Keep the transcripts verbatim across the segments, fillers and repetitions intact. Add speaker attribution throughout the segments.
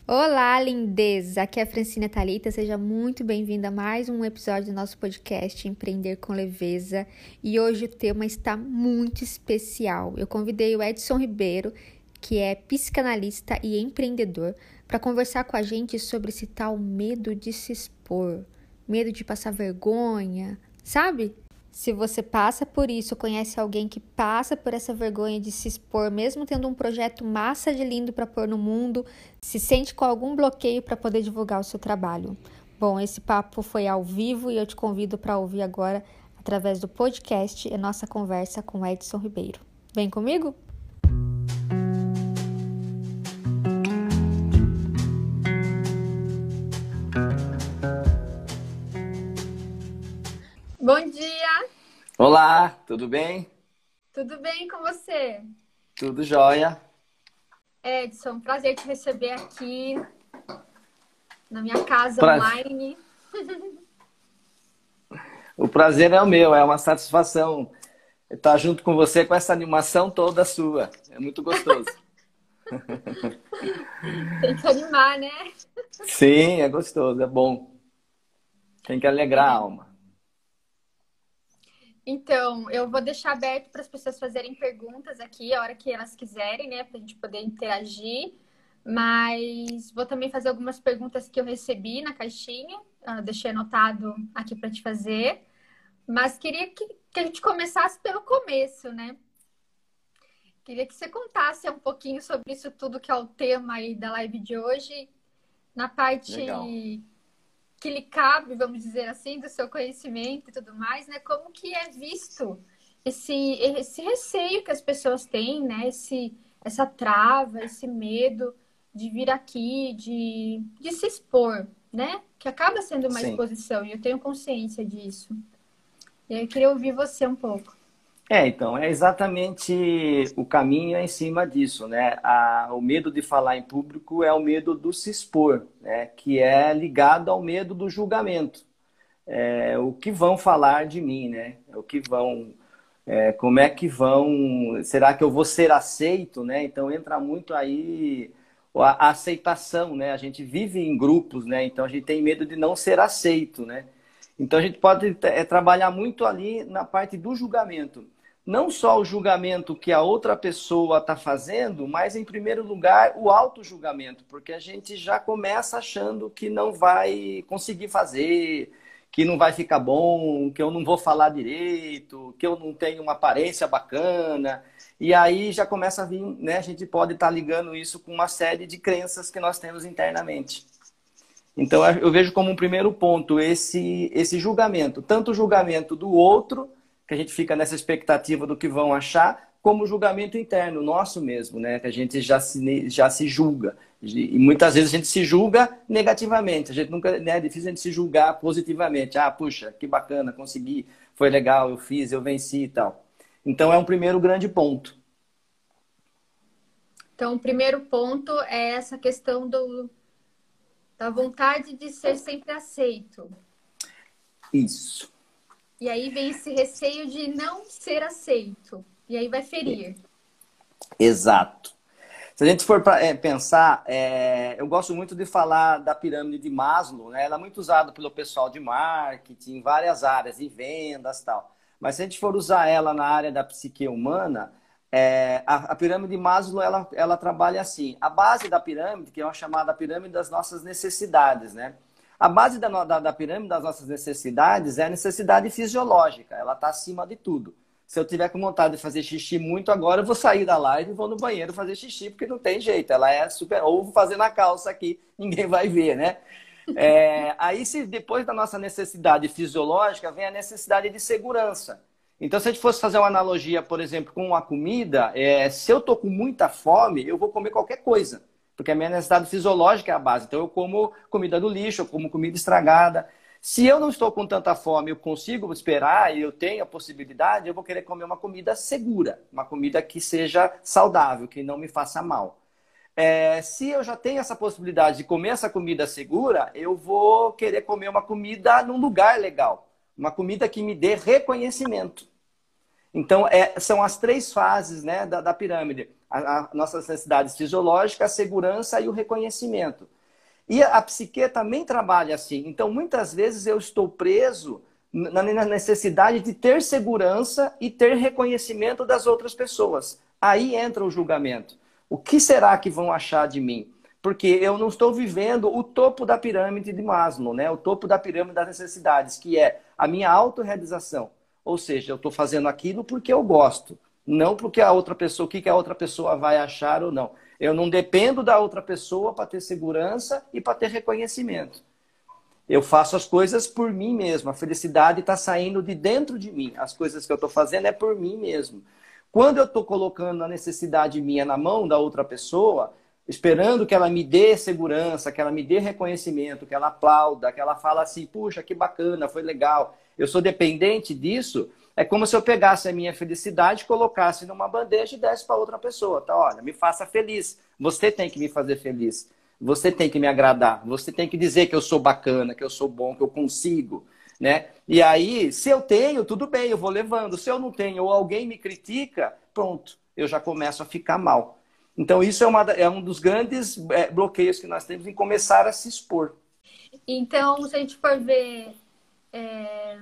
Speaker 1: Olá, lindeza! Aqui é a Francina Thalita, seja muito bem-vinda a mais um episódio do nosso podcast Empreender com Leveza. E hoje o tema está muito especial. Eu convidei o Edson Ribeiro, que é psicanalista e empreendedor, para conversar com a gente sobre esse tal medo de se expor, medo de passar vergonha, sabe? Se você passa por isso, conhece alguém que passa por essa vergonha de se expor, mesmo tendo um projeto massa de lindo para pôr no mundo, se sente com algum bloqueio para poder divulgar o seu trabalho. Bom, esse papo foi ao vivo e eu te convido para ouvir agora, através do podcast, a nossa conversa com Edson Ribeiro. Vem comigo? Bom dia!
Speaker 2: Olá, tudo bem?
Speaker 1: Tudo bem com você?
Speaker 2: Tudo jóia.
Speaker 1: Edson, prazer te receber aqui na minha casa
Speaker 2: Pra...
Speaker 1: online.
Speaker 2: O prazer é o meu, é uma satisfação estar junto com você com essa animação toda sua. É muito gostoso.
Speaker 1: Tem que animar, né?
Speaker 2: Sim, é gostoso, é bom. Tem que alegrar a alma.
Speaker 1: Então, eu vou deixar aberto para as pessoas fazerem perguntas aqui, a hora que elas quiserem, né? Para a gente poder interagir. Mas vou também fazer algumas perguntas que eu recebi na caixinha. Uh, deixei anotado aqui para te fazer. Mas queria que, que a gente começasse pelo começo, né? Queria que você contasse um pouquinho sobre isso tudo que é o tema aí da live de hoje. Na parte...
Speaker 2: Legal.
Speaker 1: que lhe cabe, vamos dizer assim, do seu conhecimento e tudo mais, né? Como que é visto esse, esse receio que as pessoas têm, né? Esse, essa trava, esse medo de vir aqui, de, de se expor, né? Que acaba sendo uma
Speaker 2: Sim.
Speaker 1: exposição, e eu tenho consciência disso. E aí eu queria ouvir você um pouco.
Speaker 2: É, então, é exatamente o caminho é em cima disso, né? A, o medo de falar em público é o medo do se expor, né? Que é ligado ao medo do julgamento. É, o que vão falar de mim, né? O que vão, é, como é que vão, será que eu vou ser aceito, né? Então entra muito aí a, a aceitação, né? A gente vive em grupos, né? Então a gente tem medo de não ser aceito, né? Então a gente pode é, trabalhar muito ali na parte do julgamento. Não só o julgamento que a outra pessoa está fazendo, mas em primeiro lugar o auto-julgamento, porque a gente já começa achando que não vai conseguir fazer, que não vai ficar bom, que eu não vou falar direito, que eu não tenho uma aparência bacana. E aí já começa a vir, né? A gente pode estar ligando isso com uma série de crenças que nós temos internamente. Então eu vejo como um primeiro ponto esse, esse julgamento, tanto o julgamento do outro, que a gente fica nessa expectativa do que vão achar, como o julgamento interno, nosso mesmo, né? Que a gente já se, já se julga. E muitas vezes a gente se julga negativamente. A gente nunca, né, é difícil a gente se julgar positivamente. Ah, puxa, que bacana, consegui, foi legal, eu fiz, eu venci e tal. Então é um primeiro grande ponto.
Speaker 1: Então, o primeiro ponto é essa questão do, da vontade de ser sempre aceito.
Speaker 2: Isso.
Speaker 1: E aí vem esse receio de não ser aceito. E aí vai ferir.
Speaker 2: Exato. Se a gente for pra, é, pensar, é, eu gosto muito de falar da pirâmide de Maslow, né? Ela é muito usada pelo pessoal de marketing, em várias áreas, de vendas e tal. Mas se a gente for usar ela na área da psique humana, é, a, a pirâmide de Maslow, ela, ela trabalha assim. A base da pirâmide, que é uma chamada pirâmide das nossas necessidades, né? A base da, da, da pirâmide das nossas necessidades é a necessidade fisiológica. Ela está acima de tudo. Se eu tiver com vontade de fazer xixi muito agora, eu vou sair da live e vou no banheiro fazer xixi, porque não tem jeito. Ela é super... Ou vou fazer na calça aqui, ninguém vai ver, né? É... Aí, se depois da nossa necessidade fisiológica, vem a necessidade de segurança. Então, se a gente fosse fazer uma analogia, por exemplo, com a comida, é... se eu tô com muita fome, eu vou comer qualquer coisa. Porque a minha necessidade fisiológica é a base. Então, eu como comida do lixo, eu como comida estragada. Se eu não estou com tanta fome, eu consigo esperar e eu tenho a possibilidade, eu vou querer comer uma comida segura. Uma comida que seja saudável, que não me faça mal. É, se eu já tenho essa possibilidade de comer essa comida segura, eu vou querer comer uma comida num lugar legal. Uma comida que me dê reconhecimento. Então, é, são as três fases, né, da, da pirâmide. A, a nossas necessidades fisiológicas, a segurança e o reconhecimento. E a psique também trabalha assim. Então, muitas vezes eu estou preso na necessidade de ter segurança e ter reconhecimento das outras pessoas. Aí entra o julgamento. O que será que vão achar de mim? Porque eu não estou vivendo o topo da pirâmide de Maslow, né? O topo da pirâmide das necessidades, que é a minha autorrealização. Ou seja, eu estou fazendo aquilo porque eu gosto, não porque a outra pessoa, o que a outra pessoa vai achar ou não. Eu não dependo da outra pessoa para ter segurança e para ter reconhecimento. Eu faço as coisas por mim mesmo. A felicidade está saindo de dentro de mim. As coisas que eu estou fazendo é por mim mesmo. Quando eu estou colocando a necessidade minha na mão da outra pessoa, esperando que ela me dê segurança, que ela me dê reconhecimento, que ela aplauda, que ela fala assim, puxa, que bacana, foi legal. Eu sou dependente disso. É como se eu pegasse a minha felicidade, colocasse numa bandeja e desse para outra pessoa. Tá, olha, me faça feliz. Você tem que me fazer feliz. Você tem que me agradar. Você tem que dizer que eu sou bacana, que eu sou bom, que eu consigo, né? E aí, se eu tenho, tudo bem, eu vou levando. Se eu não tenho ou alguém me critica, pronto, eu já começo a ficar mal. Então, isso é, uma, é um dos grandes é, bloqueios que nós temos em começar a se expor.
Speaker 1: Então, se a gente for ver... É...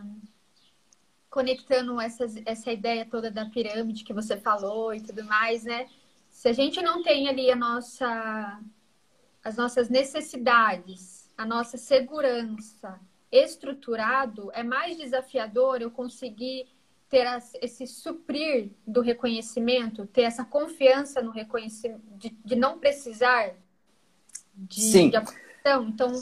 Speaker 1: conectando essas, essa ideia toda da pirâmide que você falou e tudo mais, né? Se a gente não tem ali a nossa, as nossas necessidades, a nossa segurança estruturado, é mais desafiador eu conseguir ter esse suprir do reconhecimento, ter essa confiança no reconhecimento, de, de não precisar de,
Speaker 2: Sim.
Speaker 1: de aprovação. Então,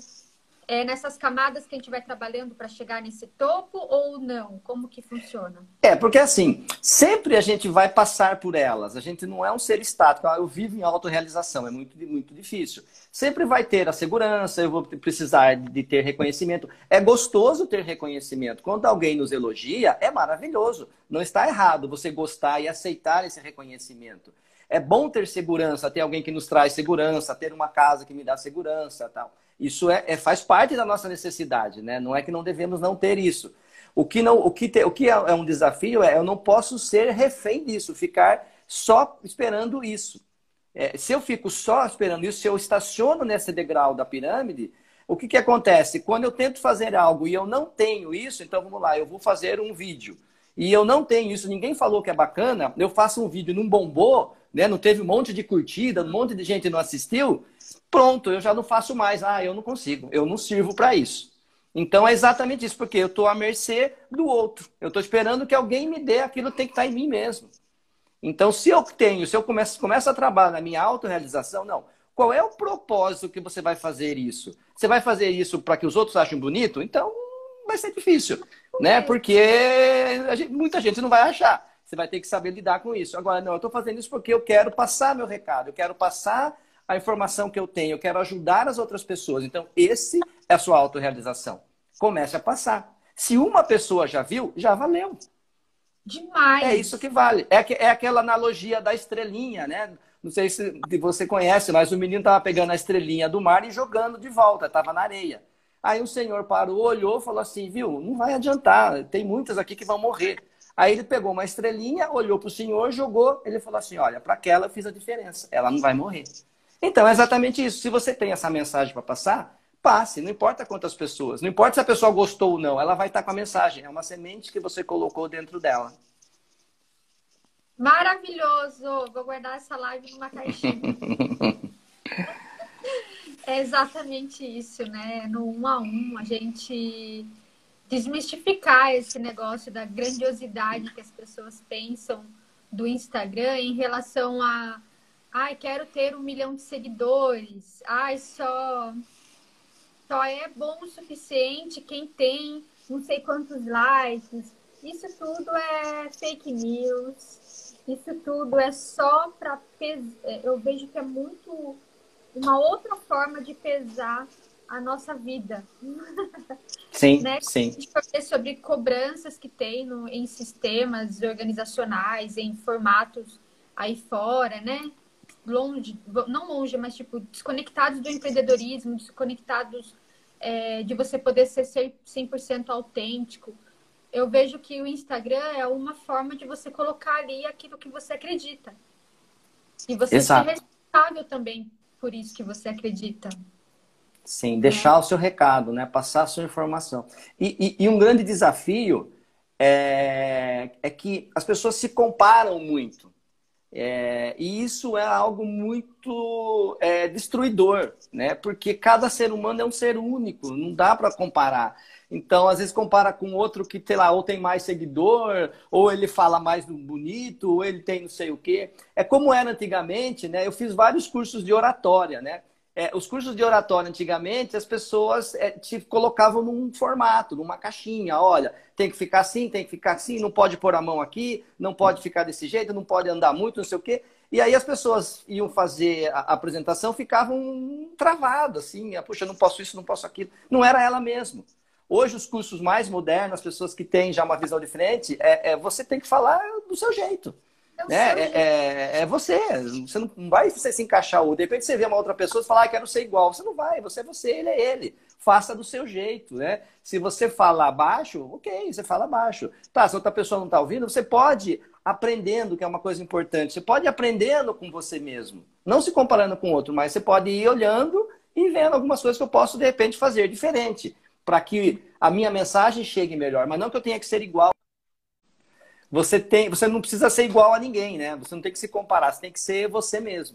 Speaker 1: é nessas camadas que a gente vai trabalhando para chegar nesse topo ou não? Como que funciona?
Speaker 2: É, porque assim, sempre a gente vai passar por elas. A gente não é um ser estático. Ah, eu vivo em autorrealização, é muito, muito difícil. Sempre vai ter a segurança, eu vou precisar de ter reconhecimento. É gostoso ter reconhecimento. Quando alguém nos elogia, é maravilhoso. Não está errado você gostar e aceitar esse reconhecimento. É bom ter segurança, ter alguém que nos traz segurança, ter uma casa que me dá segurança, tal. Isso é, é, faz parte da nossa necessidade, né? Não é que não devemos não ter isso. O que, não, o que, te, o que é, é um desafio é eu não posso ser refém disso, ficar só esperando isso. É, se eu fico só esperando isso, se eu estaciono nesse degrau da pirâmide, o que, que acontece? Quando eu tento fazer algo e eu não tenho isso, então vamos lá, eu vou fazer um vídeo. E eu não tenho isso, ninguém falou que é bacana, eu faço um vídeo, não bombou, né? Não teve um monte de curtida, um monte de gente não assistiu, pronto, eu já não faço mais. Ah, eu não consigo, eu não sirvo para isso. Então é exatamente isso, porque eu estou à mercê do outro. Eu estou esperando que alguém me dê aquilo que tem que estar em mim mesmo. Então, se eu tenho, se eu começo, começo a trabalhar na minha autorrealização, não. Qual é o propósito que você vai fazer isso? Você vai fazer isso para que os outros achem bonito? Então, vai ser difícil, né? Porque a gente, muita gente não vai achar. Você vai ter que saber lidar com isso. Agora, não, eu estou fazendo isso porque eu quero passar meu recado, eu quero passar a informação que eu tenho, eu quero ajudar as outras pessoas. Então, esse é a sua autorrealização. Comece a passar. Se uma pessoa já viu, já valeu.
Speaker 1: Demais.
Speaker 2: É isso que vale. É, que, é aquela analogia da estrelinha, né? Não sei se você conhece, mas o menino estava pegando a estrelinha do mar e jogando de volta, estava na areia. Aí o senhor parou, olhou e falou assim, viu, não vai adiantar, tem muitas aqui que vão morrer. Aí ele pegou uma estrelinha, olhou para o senhor, jogou, ele falou assim, olha, para aquela eu fiz a diferença, ela não vai morrer. Então é exatamente isso. Se você tem essa mensagem para passar, passe, não importa quantas pessoas, não importa se a pessoa gostou ou não, ela vai estar com a mensagem, é uma semente que você colocou dentro dela.
Speaker 1: Maravilhoso! Vou guardar essa live numa caixinha. É exatamente isso, né? No um a um, a gente desmistificar esse negócio da grandiosidade que as pessoas pensam do Instagram em relação a ai, quero ter um milhão de seguidores, ai, só, só é bom o suficiente quem tem não sei quantos likes. Isso tudo é fake news. Isso tudo é só para pesar. Eu vejo que é muito uma outra forma de pesar a nossa vida.
Speaker 2: Sim,
Speaker 1: né?
Speaker 2: sim.
Speaker 1: A gente fala sobre cobranças que tem no, em sistemas organizacionais, em formatos aí fora, né? Longe, não longe, mas tipo, desconectados do empreendedorismo, desconectados é, de você poder ser cem por cento autêntico. Eu vejo que o Instagram é uma forma de você colocar ali aquilo que você acredita. E você
Speaker 2: Exato.
Speaker 1: ser responsável também por isso que você acredita.
Speaker 2: Sim,
Speaker 1: né?
Speaker 2: deixar o seu recado, né? Passar a sua informação. E, e, e um grande desafio é, é que as pessoas se comparam muito. É, e isso é algo muito é, destruidor, né? Porque cada ser humano é um ser único, não dá para comparar. Então, às vezes, compara com outro que, sei lá, ou tem mais seguidor, ou ele fala mais bonito, ou ele tem não sei o quê. É como era antigamente, né? Eu fiz vários cursos de oratória, né? É, os cursos de oratória antigamente, as pessoas é, te colocavam num formato, numa caixinha. Olha, tem que ficar assim, tem que ficar assim, não pode pôr a mão aqui, não pode ficar desse jeito, não pode andar muito, não sei o quê. E aí as pessoas iam fazer a apresentação, ficavam travadas, assim, ah, puxa, não posso isso, não posso aquilo. Não era ela mesmo. Hoje, os cursos mais modernos, as pessoas que têm já uma visão diferente, é, é você tem que falar do seu jeito.
Speaker 1: É o
Speaker 2: Né?
Speaker 1: seu
Speaker 2: É,
Speaker 1: jeito.
Speaker 2: é, é você. Você não vai você se encaixar. Ou de repente você vê uma outra pessoa e fala, ah, quero ser igual. Você não vai, você é você, ele é ele. Faça do seu jeito, né? Se você fala baixo, ok, você fala baixo. Tá, se outra pessoa não está ouvindo, você pode aprendendo, que é uma coisa importante. Você pode ir aprendendo com você mesmo. Não se comparando com o outro, mas você pode ir olhando e vendo algumas coisas que eu posso, de repente, fazer diferente. Para que a minha mensagem chegue melhor. Mas não que eu tenha que ser igual. Você tem, você não precisa ser igual a ninguém, né? Você não tem que se comparar, você tem que ser você mesmo.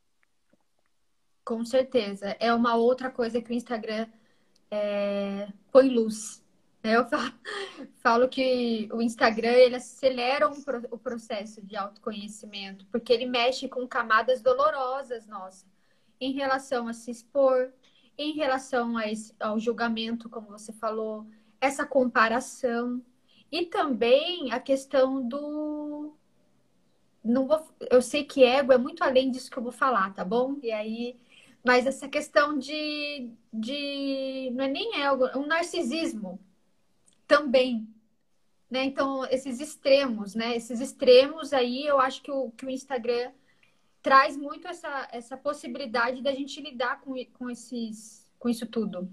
Speaker 1: Com certeza. É uma outra coisa que o Instagram é, põe luz. Né? Eu falo, falo que o Instagram ele acelera um pro- o processo de autoconhecimento, porque ele mexe com camadas dolorosas nossa, em relação a se expor, em relação a esse- ao julgamento, como você falou, essa comparação, e também a questão do. Não vou, eu sei que ego é muito além disso que eu vou falar, tá bom? E aí, mas essa questão de, de não é nem ego, é um narcisismo também, né? Então, esses extremos, né? Esses extremos aí, eu acho que o, que o Instagram traz muito essa, essa possibilidade da gente lidar com, com esses, com isso tudo.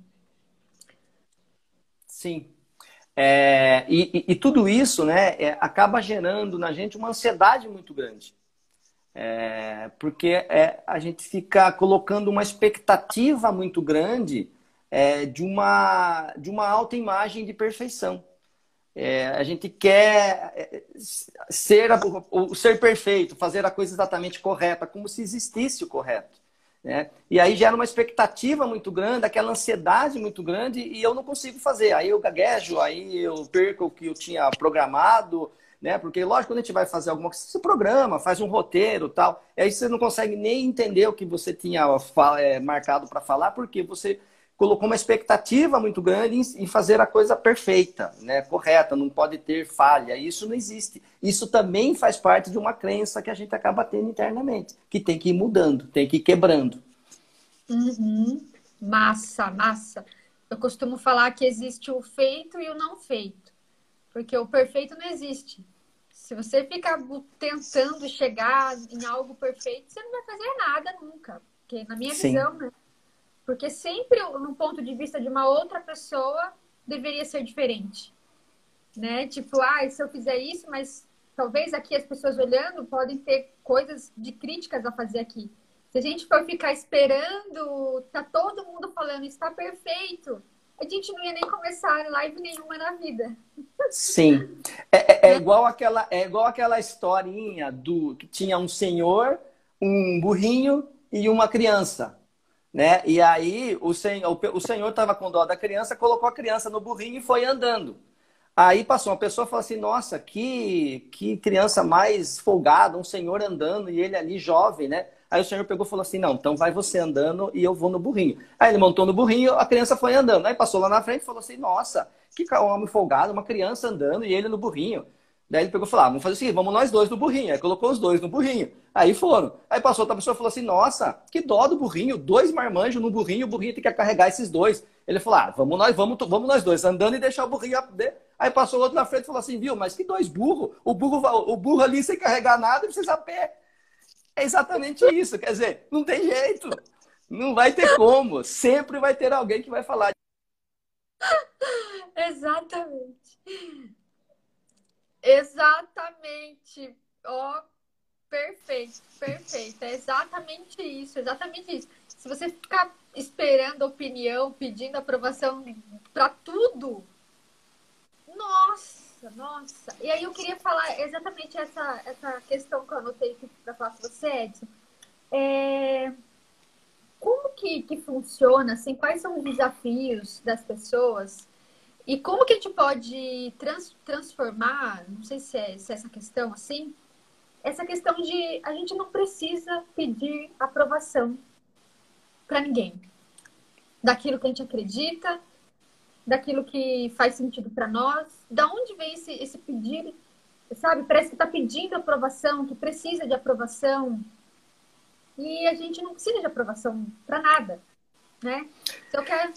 Speaker 2: Sim. É, e, e, e tudo isso, né, é, acaba gerando na gente uma ansiedade muito grande. É, porque é, a gente fica colocando uma expectativa muito grande é, de uma, de uma alta imagem de perfeição. É, a gente quer é, ser, o, ser perfeito, fazer a coisa exatamente correta, como se existisse o correto. Né? E aí gera uma expectativa muito grande, aquela ansiedade muito grande, e eu não consigo fazer. Aí eu gaguejo, aí eu perco o que eu tinha programado, né? Porque, lógico, quando a gente vai fazer alguma coisa, você programa, faz um roteiro tal, e aí você não consegue nem entender o que você tinha é, marcado para falar, porque você colocou uma expectativa muito grande em fazer a coisa perfeita, né? Correta, não pode ter falha. Isso não existe. Isso também faz parte de uma crença que a gente acaba tendo internamente, que tem que ir mudando, tem que ir quebrando.
Speaker 1: Uhum. Massa, massa. Eu costumo falar que existe o feito e o não feito, porque o perfeito não existe. Se você ficar bu- tentando chegar em algo perfeito, você não vai fazer nada nunca. Porque, na minha
Speaker 2: Sim,
Speaker 1: visão, né? Porque sempre, no ponto de vista de uma outra pessoa, deveria ser diferente, né? Tipo, ah, se eu fizer isso, mas talvez aqui as pessoas olhando podem ter coisas de críticas a fazer aqui. Se a gente for ficar esperando, tá todo mundo falando, está perfeito, a gente não ia nem começar live nenhuma na vida,
Speaker 2: sim. É, é, é
Speaker 1: né?
Speaker 2: igual aquela, é igual aquela historinha do que tinha um senhor, um burrinho e uma criança. Né? E aí o senhor o senhor estava com dó da criança, colocou a criança no burrinho e foi andando. Aí passou uma pessoa e falou assim: Nossa, que, que criança mais folgada, um senhor andando e ele ali jovem, né? Aí o senhor pegou e falou assim: Não, então vai você andando e eu vou no burrinho. Aí ele montou no burrinho, a criança foi andando. Aí passou lá na frente e falou assim: Nossa, que homem folgado, uma criança andando e ele no burrinho. Daí ele pegou e falou: ah, vamos fazer o seguinte, vamos nós dois no burrinho. Aí colocou os dois no burrinho. Aí foram. Aí passou outra pessoa e falou assim: Nossa, que dó do burrinho, dois marmanjos no burrinho, o burrinho tem que carregar esses dois. Ele falou: Ah, vamos nós, vamos, vamos nós dois, andando e deixar o burrinho. Aí passou outro na frente e falou assim: Viu, mas que dois burros? O burro, o burro ali sem carregar nada e precisa a pé. É exatamente isso. Quer dizer, não tem jeito. Não vai ter como. Sempre vai ter alguém que vai falar.
Speaker 1: Exatamente. Exatamente. Ó, perfeito, perfeito. É exatamente isso, exatamente isso. Se você ficar esperando opinião, pedindo aprovação para tudo, nossa, nossa. E aí eu queria falar exatamente essa, essa questão que eu anotei aqui para falar com você, Edson. É... Como que, que funciona, assim, quais são os desafios das pessoas e como que a gente pode trans, transformar, não sei se é, se é essa questão, assim, essa questão de a gente não precisa pedir aprovação para ninguém. Daquilo que a gente acredita, daquilo que faz sentido para nós. Da onde vem esse, esse pedir, sabe? Parece que está pedindo aprovação, que precisa de aprovação. E a gente não precisa de aprovação para nada, né? Então, eu quero...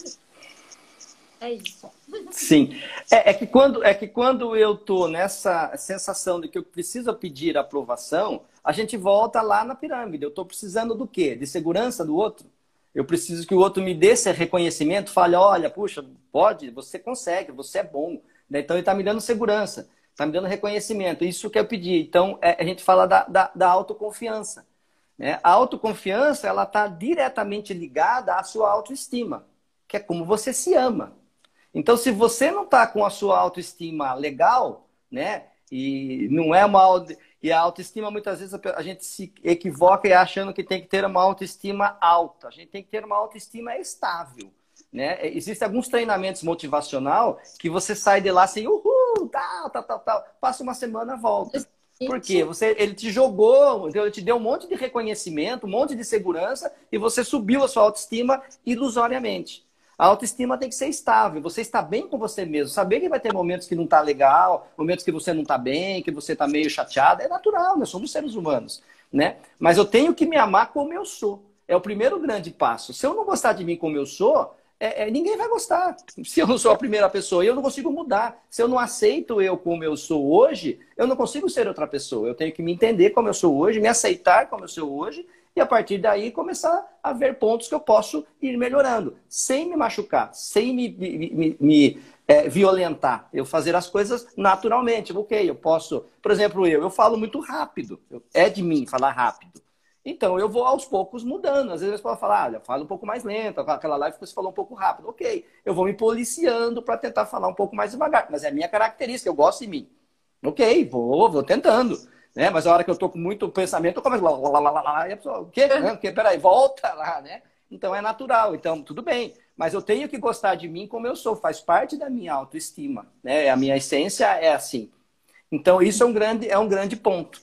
Speaker 1: É isso.
Speaker 2: Sim. É, é, que quando, é que quando eu tô nessa sensação de que eu preciso pedir aprovação, a gente volta lá na pirâmide. Eu estou precisando do quê? De segurança do outro? Eu preciso que o outro me dê esse reconhecimento, fale, olha, puxa, pode, você consegue, você é bom. Então, ele está me dando segurança, está me dando reconhecimento. Isso que eu pedi. Então, é, a gente fala da, da, da autoconfiança. Né? A autoconfiança, ela está diretamente ligada à sua autoestima, que é como você se ama. Então, se você não está com a sua autoestima legal, né? E não é uma... E a autoestima, muitas vezes, a gente se equivoca e achando que tem que ter uma autoestima alta. A gente tem que ter uma autoestima estável, né? Existem alguns treinamentos motivacional que você sai de lá assim, uhul, tal, tal, tal, tal. Passa uma semana, volta. Por quê? Você, ele te jogou, ele te deu um monte de reconhecimento, um monte de segurança e você subiu a sua autoestima ilusoriamente. A autoestima tem que ser estável, você está bem com você mesmo. Saber que vai ter momentos que não está legal, momentos que você não está bem, que você está meio chateado, é natural, nós somos seres humanos, né? Mas eu tenho que me amar como eu sou. É o primeiro grande passo. Se eu não gostar de mim como eu sou, é, é, ninguém vai gostar. Se eu não sou a primeira pessoa, eu não consigo mudar. Se eu não aceito eu como eu sou hoje, eu não consigo ser outra pessoa. Eu tenho que me entender como eu sou hoje, me aceitar como eu sou hoje, e a partir daí começar a ver pontos que eu posso ir melhorando, sem me machucar, sem me, me, me, me é, violentar. Eu fazer as coisas naturalmente. Ok, eu posso... Por exemplo, eu, eu falo muito rápido. É de mim falar rápido. Então, eu vou aos poucos mudando. Às vezes você pode falar, olha, fala um pouco mais lento, aquela live que você falou um pouco rápido. Ok, eu vou me policiando para tentar falar um pouco mais devagar. Mas é a minha característica, eu gosto de mim. Ok, vou, vou tentando. Né? Mas a hora que eu tô com muito pensamento, eu começo lá, lá, lá, lá, lá, e a pessoa, o quê? Não, porque, peraí, volta lá, né? Então é natural, então tudo bem. Mas eu tenho que gostar de mim como eu sou, faz parte da minha autoestima, né? A minha essência é assim. Então isso é um grande, é um grande ponto.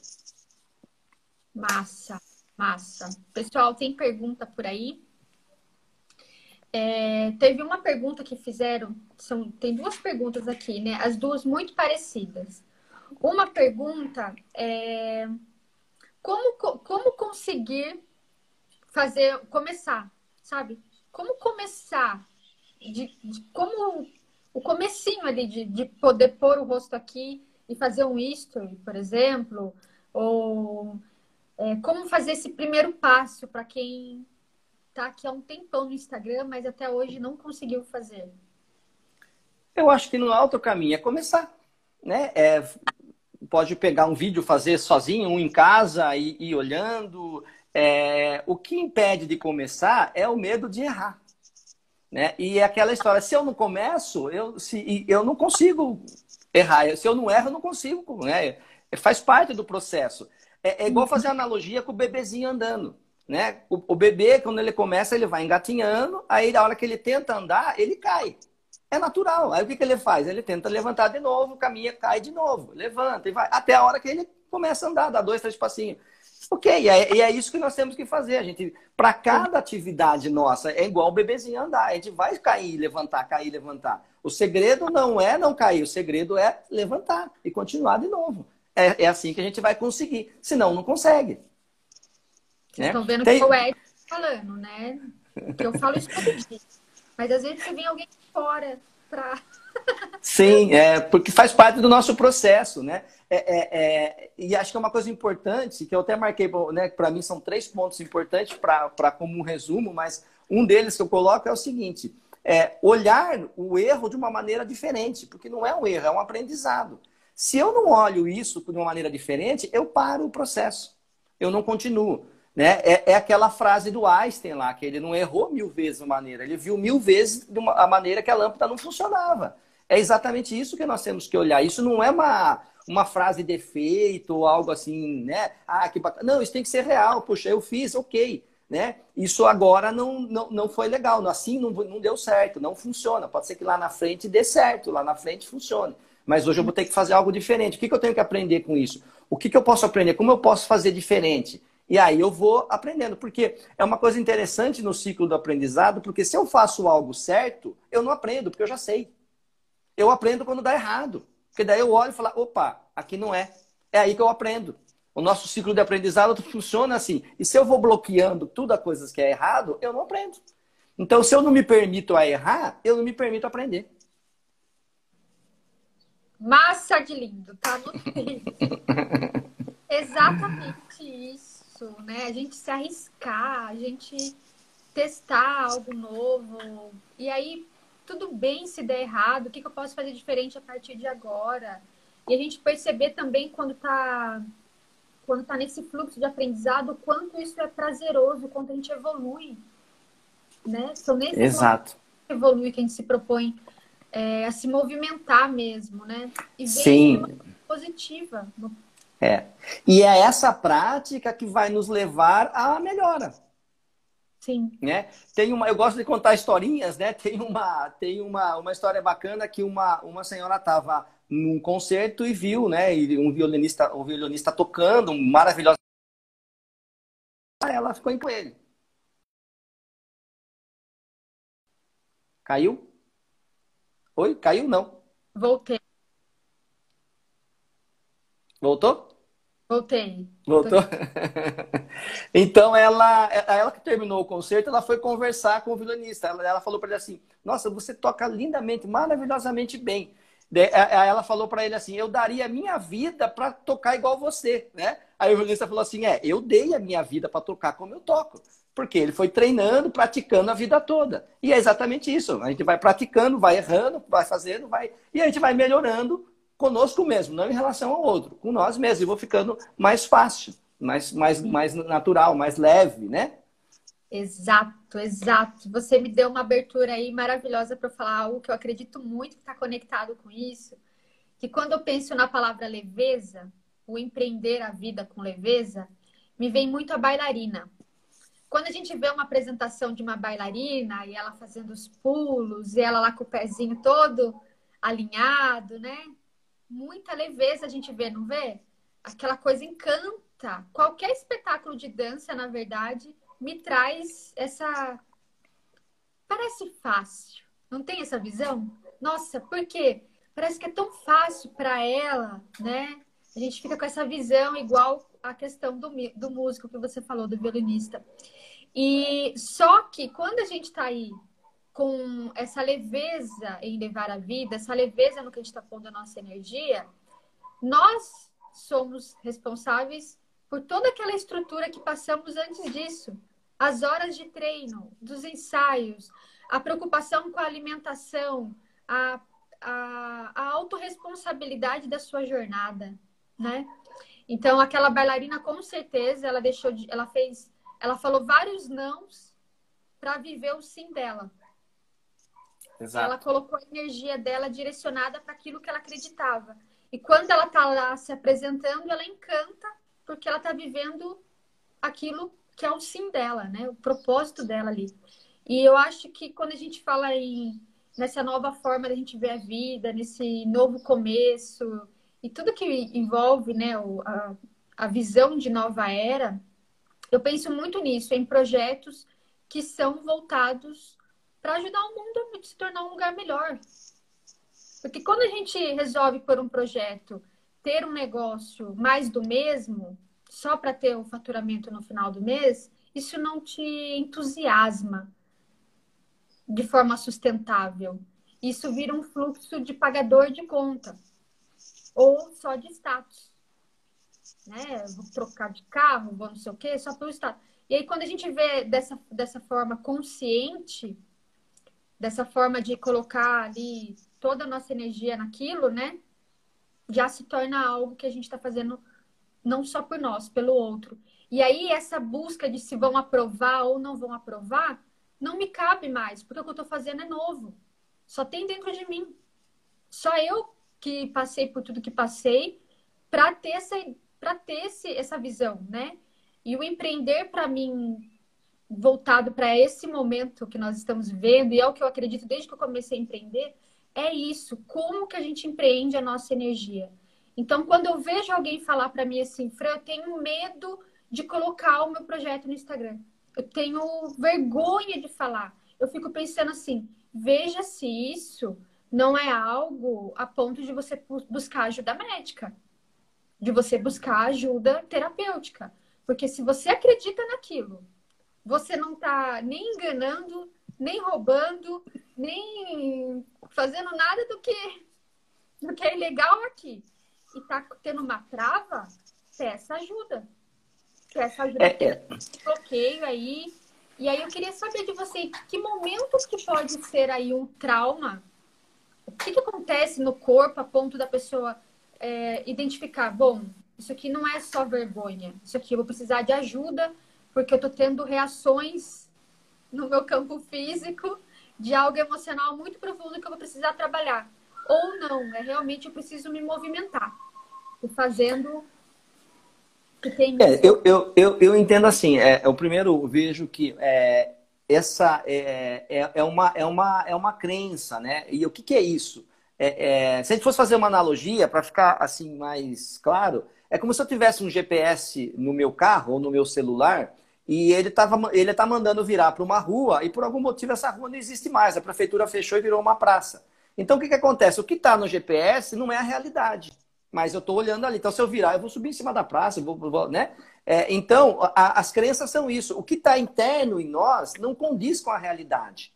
Speaker 1: Massa, massa. Pessoal, tem pergunta por aí? É, teve uma pergunta que fizeram, são, tem duas perguntas aqui, né? As duas muito parecidas. Uma pergunta é como, como conseguir fazer, começar, sabe? Como começar, de, de como o comecinho ali de, de poder pôr o rosto aqui e fazer um history, por exemplo, ou é, como fazer esse primeiro passo para quem tá aqui há um tempão no Instagram, mas até hoje não conseguiu fazer.
Speaker 2: Eu acho que no alto caminho é começar, né? É, pode pegar um vídeo, fazer sozinho, um em casa e ir olhando. É, o que impede de começar é o medo de errar. Né? E é aquela história, se eu não começo, eu, se, eu não consigo errar. Se eu não erro, eu não consigo. Né? Faz parte do processo. É, é igual fazer analogia com o bebezinho andando. Né? O, o bebê, quando ele começa, ele vai engatinhando, aí na hora que ele tenta andar, ele cai. É natural. Aí o que, que ele faz? Ele tenta levantar de novo, caminha, cai de novo, levanta e vai. Até a hora que ele começa a andar, dá dois, três passinhos. Ok, e é, e é isso que nós temos que fazer. A gente, para cada atividade nossa, é igual o bebezinho andar. A gente vai cair, levantar, cair, levantar. O segredo não é não cair, o segredo é levantar e continuar de novo. É, é assim que a gente vai conseguir. Senão, não consegue.
Speaker 1: Vocês né? estão vendo
Speaker 2: Tem...
Speaker 1: que o Ed tá falando, né? Que eu falo isso todo dia. Mas às vezes você vem alguém de fora para...
Speaker 2: Sim, é, porque faz parte do nosso processo, né? É, é, é, e acho que é uma coisa importante, que eu até marquei, né? Para mim são três pontos importantes para como um resumo, mas um deles que eu coloco é o seguinte, é olhar o erro de uma maneira diferente, porque não é um erro, é um aprendizado. Se eu não olho isso de uma maneira diferente, eu paro o processo, eu não continuo. né? É, é aquela frase do Einstein lá, que ele não errou mil vezes a maneira, ele viu mil vezes de uma, a maneira que a lâmpada não funcionava. É exatamente isso que nós temos que olhar. Isso não é uma, uma frase de efeito ou algo assim, né? Ah, que bacana. Não, isso tem que ser real. Poxa, eu fiz, ok. Né? Isso agora não, não, não foi legal. Assim não, não deu certo, não funciona. Pode ser que lá na frente dê certo, lá na frente funcione. Mas hoje eu vou ter que fazer algo diferente. O que, que eu tenho que aprender com isso? O que, que eu posso aprender? Como eu posso fazer diferente? E aí eu vou aprendendo. Porque é uma coisa interessante no ciclo do aprendizado, porque se eu faço algo certo, eu não aprendo, porque eu já sei. Eu aprendo quando dá errado. Porque daí eu olho e falo, opa, aqui não é. É aí que eu aprendo. O nosso ciclo de aprendizado funciona assim. E se eu vou bloqueando tudo as coisas que é errado, eu não aprendo. Então, se eu não me permito a errar, eu não me permito aprender.
Speaker 1: Massa de lindo, tá no tempo. Exatamente isso, né? A gente se arriscar, a gente testar algo novo. E aí, tudo bem se der errado, o que, que eu posso fazer diferente a partir de agora? E a gente perceber também quando tá, quando tá nesse fluxo de aprendizado, o quanto isso é prazeroso, o quanto a gente evolui, né? São nesses
Speaker 2: Exato.
Speaker 1: que evolui que a gente se propõe é, a se movimentar mesmo, né? E ver isso de
Speaker 2: Sim.
Speaker 1: uma forma positiva.
Speaker 2: É. E é essa prática que vai nos levar à melhora.
Speaker 1: Sim.
Speaker 2: Né? Tem uma, eu gosto de contar historinhas, né? Tem uma, tem uma, uma história bacana que uma, uma senhora estava num concerto e viu, né? E um violinista, um violinista tocando, um maravilhoso. Ela ficou com ele. Caiu? Oi? Caiu? Não.
Speaker 1: Voltei,
Speaker 2: Voltou?
Speaker 1: voltei. Tô
Speaker 2: Voltou? Então, ela, ela que terminou o concerto, ela foi conversar com o violinista. Ela, ela falou para ele assim, nossa, você toca lindamente, maravilhosamente bem. De- a- Ela falou para ele assim, eu daria a minha vida para tocar igual você, né? Aí o violinista falou assim, é, eu dei a minha vida para tocar como eu toco. Porque ele foi treinando, praticando a vida toda. E é exatamente isso. A gente vai praticando, vai errando, vai fazendo, vai... E a gente vai melhorando conosco mesmo, não em relação ao outro, com nós mesmos. E vou ficando mais fácil, mais, mais, mais natural, mais leve, né?
Speaker 1: Exato, exato. Você me deu uma abertura aí maravilhosa para falar algo que eu acredito muito que está conectado com isso. Que quando eu penso na palavra leveza, o empreender a vida com leveza, me vem muito a bailarina. Quando a gente vê uma apresentação de uma bailarina e ela fazendo os pulos e ela lá com o pezinho todo alinhado, né? Muita leveza a gente vê, não vê? Aquela coisa encanta. Qualquer espetáculo de dança, na verdade, me traz essa. Parece fácil. Não tem essa visão? Nossa, por quê? Parece que é tão fácil para ela, né? A gente fica com essa visão igual a questão do, mi- do músico que você falou, do violinista. E só que quando a gente está aí com essa leveza em levar a vida, essa leveza no que a gente está pondo a nossa energia, nós somos responsáveis por toda aquela estrutura que passamos antes disso. As horas de treino, dos ensaios, a preocupação com a alimentação, a, a, a autorresponsabilidade da sua jornada, né? Então, aquela bailarina, com certeza, ela deixou de, ela fez, ela falou vários nãos para viver o sim dela. Ela
Speaker 2: Exato.
Speaker 1: colocou a energia dela direcionada para aquilo que ela acreditava. E quando ela está lá se apresentando, ela encanta, porque ela está vivendo aquilo que é o sim dela, né? O propósito dela ali. E eu acho que quando a gente fala em nessa nova forma da gente ver a vida, nesse novo começo, e tudo que envolve, né, o- a, a visão de nova era, eu penso muito nisso, em projetos que são voltados para ajudar o mundo a se tornar um lugar melhor. Porque quando a gente resolve por um projeto ter um negócio mais do mesmo, só para ter o faturamento no final do mês, isso não te entusiasma de forma sustentável. Isso vira um fluxo de pagador de conta ou só de status, né? Vou trocar de carro, vou não sei o quê, só pelo status. E aí, quando a gente vê dessa, dessa forma consciente, dessa forma de colocar ali toda a nossa energia naquilo, né? Já se torna algo que a gente está fazendo não só por nós, pelo outro. E aí, essa busca de se vão aprovar ou não vão aprovar, não me cabe mais, porque o que eu estou fazendo é novo. Só tem dentro de mim. Só eu que passei por tudo que passei para ter essa, para ter esse, essa visão, né? E o empreender, para mim, voltado para esse momento que nós estamos vivendo, e é o que eu acredito desde que eu comecei a empreender, é isso. Como que a gente empreende a nossa energia? Então, quando eu vejo alguém falar para mim assim, Fran, eu tenho medo de colocar o meu projeto no Instagram. Eu tenho vergonha de falar. Eu fico pensando assim, veja se isso não é algo a ponto de você buscar ajuda médica, de você buscar ajuda terapêutica. Porque se você acredita naquilo, você não está nem enganando, nem roubando, nem fazendo nada do que, do que é ilegal aqui. E está tendo uma trava, peça ajuda. Peça ajuda,
Speaker 2: É,
Speaker 1: porque
Speaker 2: é.
Speaker 1: tem esse bloqueio aí. E aí eu queria saber de você, que momentos que pode ser aí um trauma? O que, que acontece no corpo a ponto da pessoa é, identificar, bom, isso aqui não é só vergonha, isso aqui eu vou precisar de ajuda, porque eu estou tendo reações no meu campo físico de algo emocional muito profundo que eu vou precisar trabalhar. Ou não, é realmente eu preciso me movimentar. E fazendo que tem
Speaker 2: É,
Speaker 1: isso.
Speaker 2: eu, eu, eu, eu entendo assim, é, eu primeiro vejo que é, essa é, é, é, uma, é, uma, é uma crença, né? E o que, que é isso? É, é, se a gente fosse fazer uma analogia, para ficar assim mais claro, é como se eu tivesse um G P S no meu carro ou no meu celular e ele tava, ele tá mandando virar para uma rua e por algum motivo essa rua não existe mais, a prefeitura fechou e virou uma praça. Então o que, que acontece? O que está no G P S não é a realidade. Mas eu estou olhando ali. Então, se eu virar, eu vou subir em cima da praça, eu vou, vou, né? É, então, a, as crenças são isso. O que está interno em nós não condiz com a realidade.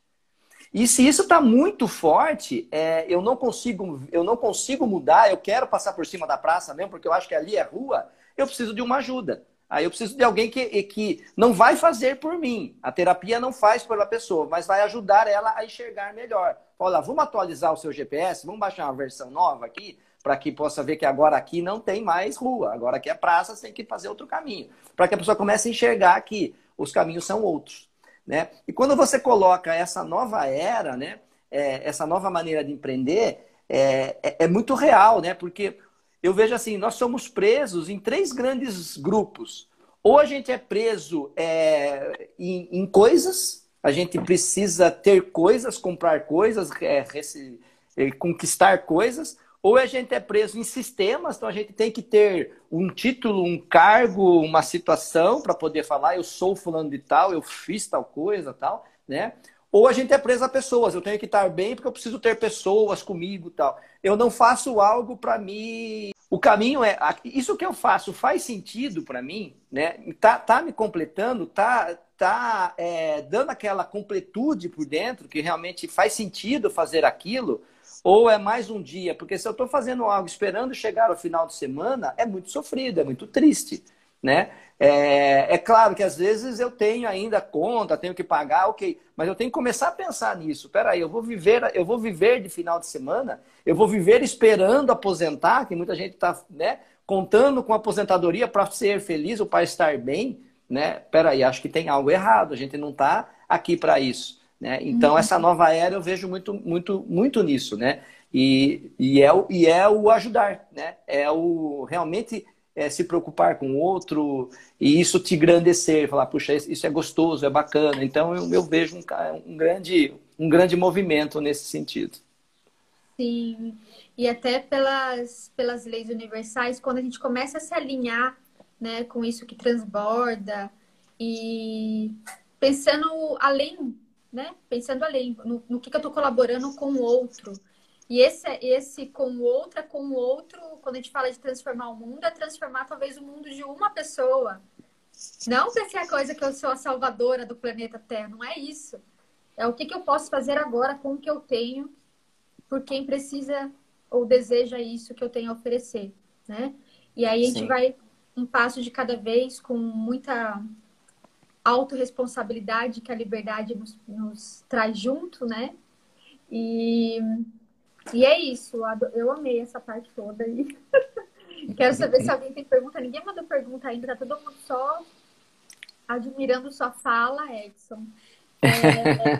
Speaker 2: E se isso está muito forte, é, eu não consigo, eu não consigo mudar, eu quero passar por cima da praça mesmo, porque eu acho que ali é rua, eu preciso de uma ajuda. Aí eu preciso de alguém que, que não vai fazer por mim. A terapia não faz pela pessoa, mas vai ajudar ela a enxergar melhor. Olha, vamos atualizar o seu G P S, vamos baixar uma versão nova aqui, para que possa ver que agora aqui não tem mais rua, agora aqui é praça, você tem que fazer outro caminho. Para que a pessoa comece a enxergar que os caminhos são outros. Né? E quando você coloca essa nova era, né, é, essa nova maneira de empreender, é, é, é muito real, né? Porque eu vejo assim, nós somos presos em três grandes grupos. Ou a gente é preso é, em, em coisas, a gente precisa ter coisas, comprar coisas, é, rece, é, conquistar coisas, ou a gente é preso em sistemas, então a gente tem que ter um título, um cargo, uma situação para poder falar, eu sou fulano de tal, eu fiz tal coisa, tal, né? Ou a gente é preso a pessoas, eu tenho que estar bem porque eu preciso ter pessoas comigo, tal. Eu não faço algo para mim. O caminho é isso que eu faço faz sentido para mim, né? Tá, tá me completando, tá, tá é, dando aquela completude por dentro que realmente faz sentido fazer aquilo. Ou é mais um dia, porque se eu estou fazendo algo esperando chegar ao final de semana, é muito sofrido, é muito triste, né? É, é claro que às vezes eu tenho ainda conta, tenho que pagar, ok, mas eu tenho que começar a pensar nisso. Peraí, eu vou viver, eu vou viver de final de semana, eu vou viver esperando aposentar, que muita gente está, né, contando com a aposentadoria para ser feliz ou para estar bem, né? Peraí, acho que tem algo errado, a gente não está aqui para isso. Né? Então, essa nova era eu vejo muito, muito, muito nisso, né? E, e, é, o, e é o ajudar, né? É o realmente é, se preocupar com o outro e isso te engrandecer, falar, puxa, isso é gostoso, é bacana. Então, eu, eu vejo um, um, grande, um grande movimento nesse sentido.
Speaker 1: Sim, e até pelas, pelas leis universais, quando a gente começa a se alinhar, né, com isso que transborda e pensando além, né, pensando além, no, no que, que eu estou colaborando com o outro. E esse, esse com o outro, é com o outro, quando a gente fala de transformar o mundo, é transformar talvez o mundo de uma pessoa. Não para ser a coisa que eu sou a salvadora do planeta Terra, não é isso. É o que, que eu posso fazer agora com o que eu tenho por quem precisa ou deseja isso que eu tenho a oferecer, né? E aí a gente
Speaker 2: Sim.
Speaker 1: vai um passo de cada vez com muita autorresponsabilidade que a liberdade nos, nos traz junto, né? E, e é isso, eu amei essa parte toda aí. Quero saber se alguém tem pergunta. Ninguém mandou pergunta ainda, tá todo mundo só admirando sua fala, Edson. É,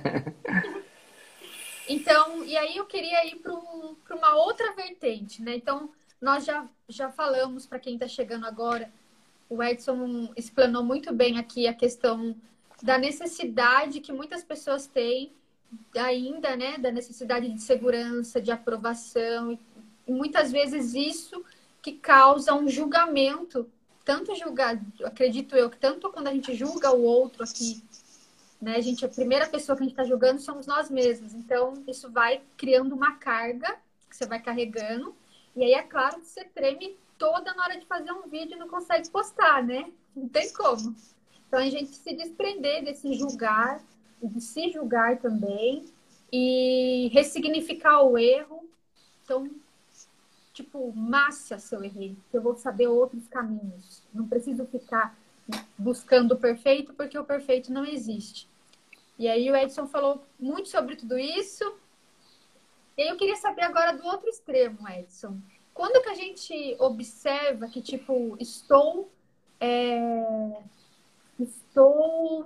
Speaker 1: então, e aí eu queria ir para uma outra vertente, né? Então, nós já, já falamos, para quem está chegando agora, o Edson explanou muito bem aqui a questão da necessidade que muitas pessoas têm ainda, né? Da necessidade de segurança, de aprovação. E muitas vezes isso que causa um julgamento, tanto julgar, acredito eu, que tanto quando a gente julga o outro aqui, né? A gente, a primeira pessoa que a gente está julgando somos nós mesmos. Então, isso vai criando uma carga que você vai carregando. E aí, é claro que você treme toda na hora de fazer um vídeo e não consegue postar, né? Não tem como. Então, a gente se desprender desse julgar, de se julgar também, e ressignificar o erro. Então, tipo, massa se eu errei, que eu vou saber outros caminhos. Não preciso ficar buscando o perfeito, porque o perfeito não existe. E aí o Edson falou muito sobre tudo isso. E aí eu queria saber agora do outro extremo, Edson. Quando que a gente observa que, tipo, estou... É, estou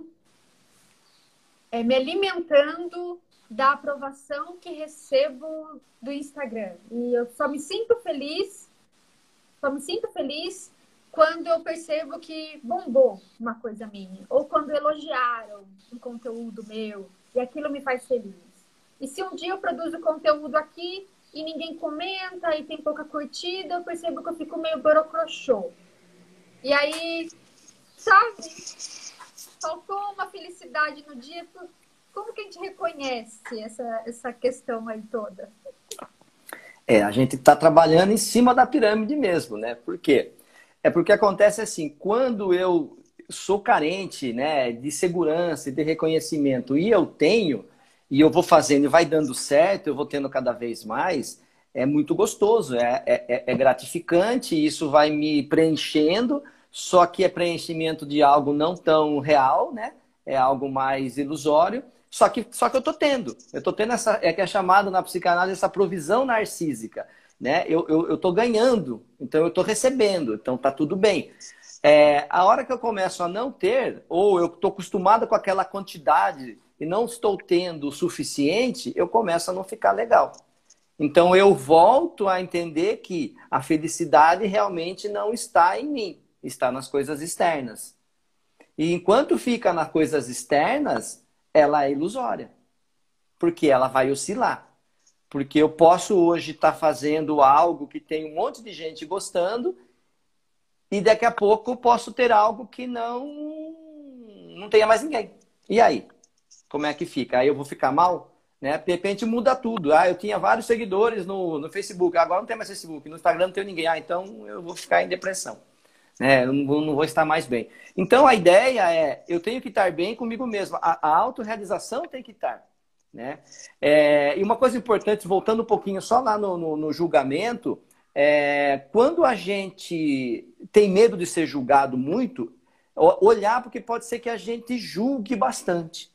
Speaker 1: é, me alimentando da aprovação que recebo do Instagram. E eu só me sinto feliz, só me sinto feliz quando eu percebo que bombou uma coisa minha. Ou quando elogiaram um conteúdo meu e aquilo me faz feliz. E se um dia eu produzo conteúdo aqui e ninguém comenta e tem pouca curtida, eu percebo que eu fico meio borocrochô. E aí, sabe, faltou uma felicidade no dia. Como que a gente reconhece essa, essa questão aí toda?
Speaker 2: É, a gente está trabalhando em cima da pirâmide mesmo, né? Por quê? É porque acontece assim, quando eu sou carente, né, de segurança e de reconhecimento, e eu tenho, e eu vou fazendo e vai dando certo, eu vou tendo cada vez mais, é muito gostoso, é, é, é gratificante, isso vai me preenchendo, só que é preenchimento de algo não tão real, né? É algo mais ilusório, só que, só que eu tô tendo. Eu tô tendo essa, é que é chamado na psicanálise essa provisão narcísica, né? Eu, eu, eu tô ganhando, então eu tô recebendo, então tá tudo bem. É, a hora que eu começo a não ter, ou eu tô acostumado com aquela quantidade e não estou tendo o suficiente, eu começo a não ficar legal. Então eu volto a entender que a felicidade realmente não está em mim, está nas coisas externas. E enquanto fica nas coisas externas, ela é ilusória, porque ela vai oscilar. Porque eu posso hoje estar fazendo algo que tem um monte de gente gostando e daqui a pouco eu posso ter algo que não, não tenha mais ninguém. E aí? Como é que fica? Aí eu vou ficar mal? Né? De repente muda tudo. Ah, eu tinha vários seguidores no, no Facebook, agora não tem mais Facebook. No Instagram não tenho ninguém. Ah, então eu vou ficar em depressão. Né? Eu não vou, não vou estar mais bem. Então a ideia é, eu tenho que estar bem comigo mesmo. A, a autorrealização tem que estar. Né? É, e uma coisa importante, voltando um pouquinho só lá no, no, no julgamento, é, quando a gente tem medo de ser julgado muito, olhar porque pode ser que a gente julgue bastante.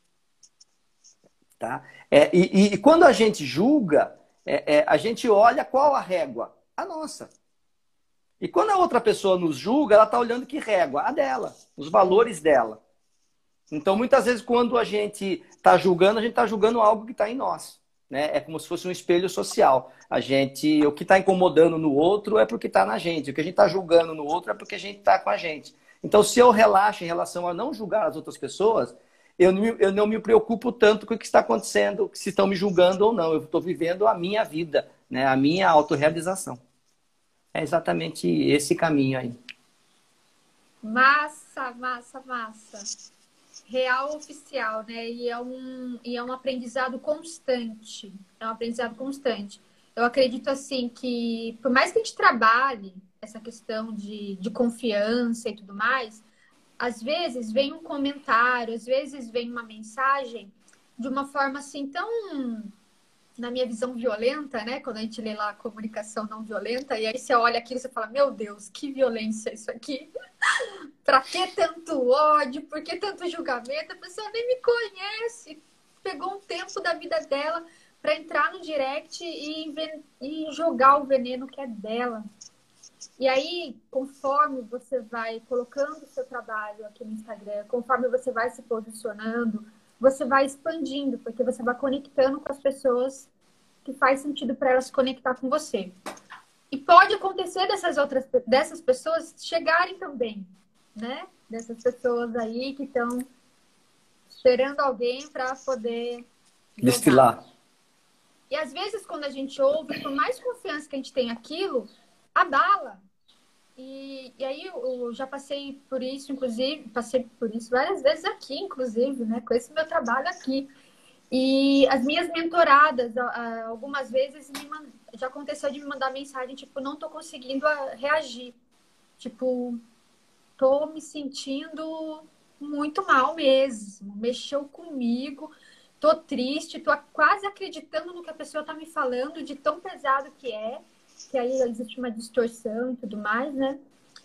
Speaker 2: Tá? É, e, e quando a gente julga, é, é, a gente olha qual a régua? A nossa. E quando a outra pessoa nos julga, ela está olhando que régua? A dela, os valores dela. Então, muitas vezes, quando a gente está julgando, a gente está julgando algo que está em nós. Né? É como se fosse um espelho social. A gente, o que está incomodando no outro é porque está na gente. O que a gente está julgando no outro é porque a gente está com a gente. Então, se eu relaxo em relação a não julgar as outras pessoas, eu não, eu não me preocupo tanto com o que está acontecendo, se estão me julgando ou não. Eu estou vivendo a minha vida, né? A minha autorrealização. É exatamente esse caminho aí.
Speaker 1: Massa, massa, massa. Real oficial, né? E é um, e é um aprendizado constante. É um aprendizado constante. Eu acredito, assim, que por mais que a gente trabalhe essa questão de, de confiança e tudo mais, às vezes vem um comentário, às vezes vem uma mensagem de uma forma, assim, tão... na minha visão violenta, né? Quando a gente lê lá a comunicação não violenta, e aí você olha aquilo e você fala, meu Deus, que violência isso aqui. Pra que tanto ódio? Por que tanto julgamento? A pessoa nem me conhece. Pegou um tempo da vida dela para entrar no direct e, e jogar o veneno que é dela. E aí, conforme você vai colocando o seu trabalho aqui no Instagram, conforme você vai se posicionando, você vai expandindo, porque você vai conectando com as pessoas que faz sentido para elas se conectar com você. E pode acontecer dessas outras dessas pessoas chegarem também, né? Dessas pessoas aí que estão esperando alguém para poder jogar.
Speaker 2: Destilar.
Speaker 1: E às vezes, quando a gente ouve, por mais confiança que a gente tem aquilo, abala. E, e aí eu já passei por isso, inclusive, passei por isso várias vezes aqui, inclusive, né? Com esse meu trabalho aqui. E as minhas mentoradas, algumas vezes me mand... já aconteceu de me mandar mensagem, tipo, não tô conseguindo reagir. Tipo, tô me sentindo muito mal mesmo. Mexeu comigo, tô triste, tô quase acreditando no que a pessoa tá me falando, de tão pesado que é, que aí existe uma distorção e tudo mais, né?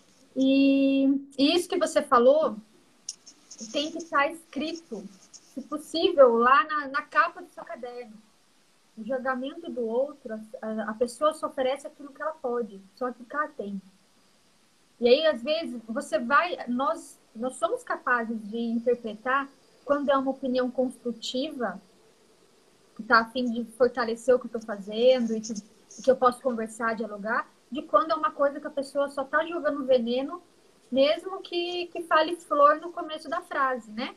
Speaker 1: E, e isso que você falou tem que estar escrito, se possível, lá na, na capa do seu caderno. O julgamento do outro, a, a pessoa só oferece aquilo que ela pode, só que ela tem. E aí, às vezes, você vai... Nós, nós somos capazes de interpretar quando é uma opinião construtiva, que está a fim de fortalecer o que eu estou fazendo e que, que eu posso conversar, dialogar, de quando é uma coisa que a pessoa só está jogando veneno, mesmo que, que fale flor no começo da frase, né?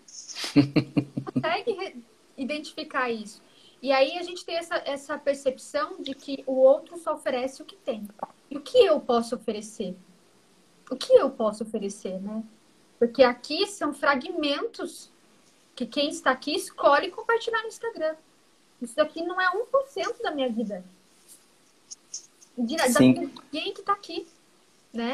Speaker 1: Consegue identificar isso. E aí a gente tem essa, essa percepção de que o outro só oferece o que tem. E o que eu posso oferecer? O que eu posso oferecer, né? Porque aqui são fragmentos que quem está aqui escolhe compartilhar no Instagram. Isso daqui não é um por cento da minha vida. De, da vida de ninguém que está aqui, né?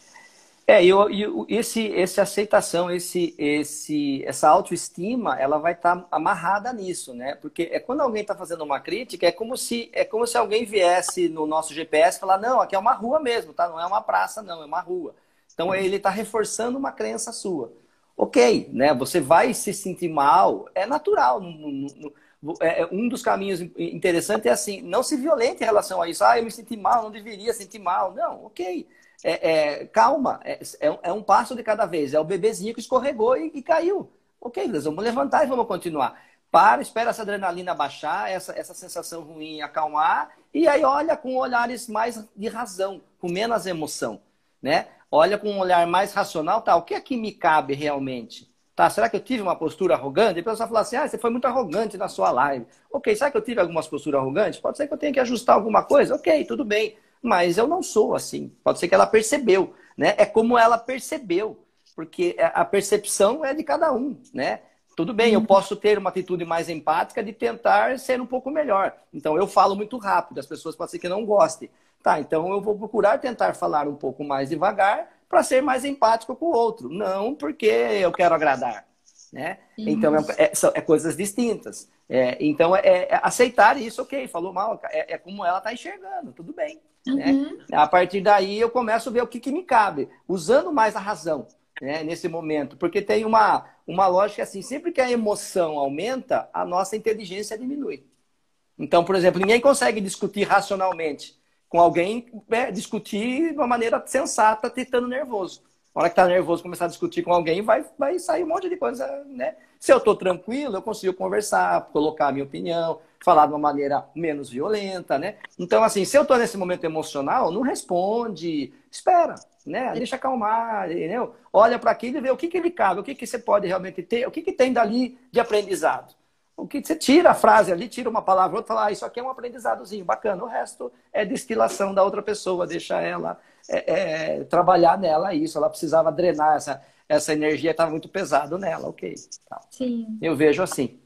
Speaker 2: É, e eu, eu, esse, essa aceitação, esse, esse, essa autoestima, ela vai estar amarrada nisso, né? Porque é quando alguém está fazendo uma crítica, é como se é como se alguém viesse no nosso G P S e falar, não, aqui é uma rua mesmo, tá? Não é uma praça, não, é uma rua. Então ele está reforçando uma crença sua. Ok, né? Você vai se sentir mal, é natural. No, no, no, é, um dos caminhos interessantes é assim, não se violente em relação a isso. Ah, eu me senti mal, não deveria sentir mal. Não, ok. É, é, calma, é, é um passo de cada vez. É o bebezinho que escorregou e, e caiu. Ok, beleza, vamos levantar e vamos continuar. Para, espera essa adrenalina baixar, essa, essa sensação ruim acalmar, e aí olha com olhares mais de razão, com menos emoção, né? Olha com um olhar mais racional, tá? O que é que me cabe realmente? Tá, será que eu tive uma postura arrogante? E a pessoa fala assim, ah, você foi muito arrogante na sua live. Ok, será que eu tive algumas posturas arrogantes? Pode ser que eu tenha que ajustar alguma coisa? Ok, tudo bem. Mas eu não sou assim. Pode ser que ela percebeu, né? É como ela percebeu, porque a percepção é de cada um, né? Tudo bem, eu posso ter uma atitude mais empática de tentar ser um pouco melhor. Então eu falo muito rápido, as pessoas podem ser que não gostem. Tá, então eu vou procurar tentar falar um pouco mais devagar para ser mais empático com o outro. Não porque eu quero agradar, né? Então é, é, são é coisas distintas. É, então é, é aceitar isso, ok, falou mal, é, é como ela está enxergando, tudo bem. Né?
Speaker 1: Uhum.
Speaker 2: A partir daí eu começo a ver o que, que me cabe, usando mais a razão, né, nesse momento. Porque tem uma, uma lógica assim, sempre que a emoção aumenta, a nossa inteligência diminui. Então, por exemplo, ninguém consegue discutir racionalmente com alguém, é, discutir de uma maneira sensata, tentando nervoso. Na hora que tá nervoso, começar a discutir com alguém, vai, vai sair um monte de coisa, né? Se eu estou tranquilo, eu consigo conversar, colocar a minha opinião, falar de uma maneira menos violenta, né? Então, assim, se eu estou nesse momento emocional, não responde, espera, né? Deixa acalmar, entendeu? Olha para aquilo e vê o que, que ele cabe, o que, que você pode realmente ter, o que, que tem dali de aprendizado. O que você tira a frase ali, tira uma palavra, outra, fala, ah, isso aqui é um aprendizadozinho bacana. O resto é destilação da outra pessoa, deixa ela é, é, trabalhar nela isso. Ela precisava drenar essa, essa energia, estava muito pesado nela, ok. Tá.
Speaker 1: Sim.
Speaker 2: Eu vejo assim.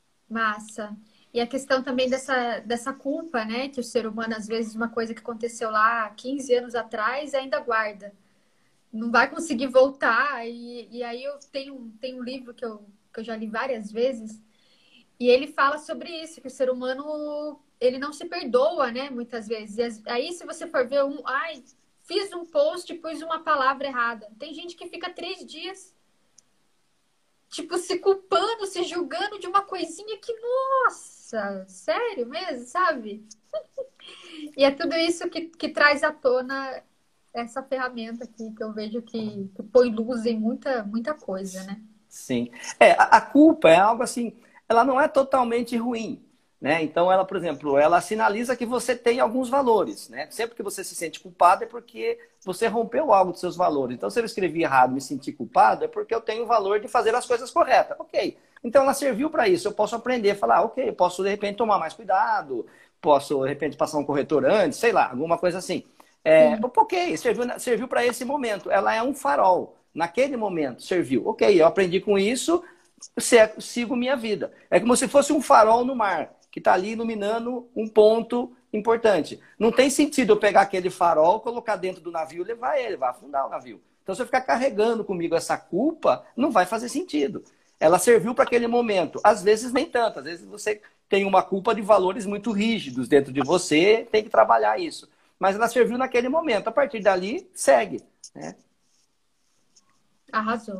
Speaker 1: Massa. E a questão também dessa, dessa culpa, né? Que o ser humano, às vezes, uma coisa que aconteceu lá quinze anos atrás, ainda guarda. Não vai conseguir voltar. E, e aí eu tenho, tenho um livro que eu, que eu já li várias vezes, e ele fala sobre isso, que o ser humano, ele não se perdoa, né? Muitas vezes. E aí, se você for ver um... Ai, fiz um post e pus uma palavra errada. Tem gente que fica três dias, tipo, se culpando, se julgando de uma coisinha que, nossa, sério mesmo, sabe? E é tudo isso que, que traz à tona essa ferramenta aqui que eu vejo que, que põe luz em muita, muita coisa, né?
Speaker 2: Sim. É, a, a culpa é algo assim, ela não é totalmente ruim, né? Então, ela, por exemplo, ela sinaliza que você tem alguns valores, né? Sempre que você se sente culpado é porque você rompeu algo dos seus valores. Então, se eu escrevi errado, me senti culpado, é porque eu tenho o valor de fazer as coisas corretas. Ok. Então, ela serviu para isso. Eu posso aprender a falar, ok, eu posso, de repente, tomar mais cuidado, posso, de repente, passar um corretor antes, sei lá, alguma coisa assim. É,
Speaker 1: Sim.
Speaker 2: ok, serviu, serviu para esse momento. Ela é um farol. Naquele momento, serviu. Ok, eu aprendi com isso, sigo minha vida. É como se fosse um farol no mar, que está ali iluminando um ponto importante. Não tem sentido eu pegar aquele farol, colocar dentro do navio e levar ele, vai afundar o navio. Então, se eu ficar carregando comigo essa culpa, não vai fazer sentido. Ela serviu para aquele momento. Às vezes, nem tanto. Às vezes, você tem uma culpa de valores muito rígidos dentro de você, tem que trabalhar isso. Mas ela serviu naquele momento. A partir dali, segue, né?
Speaker 1: Arrasou.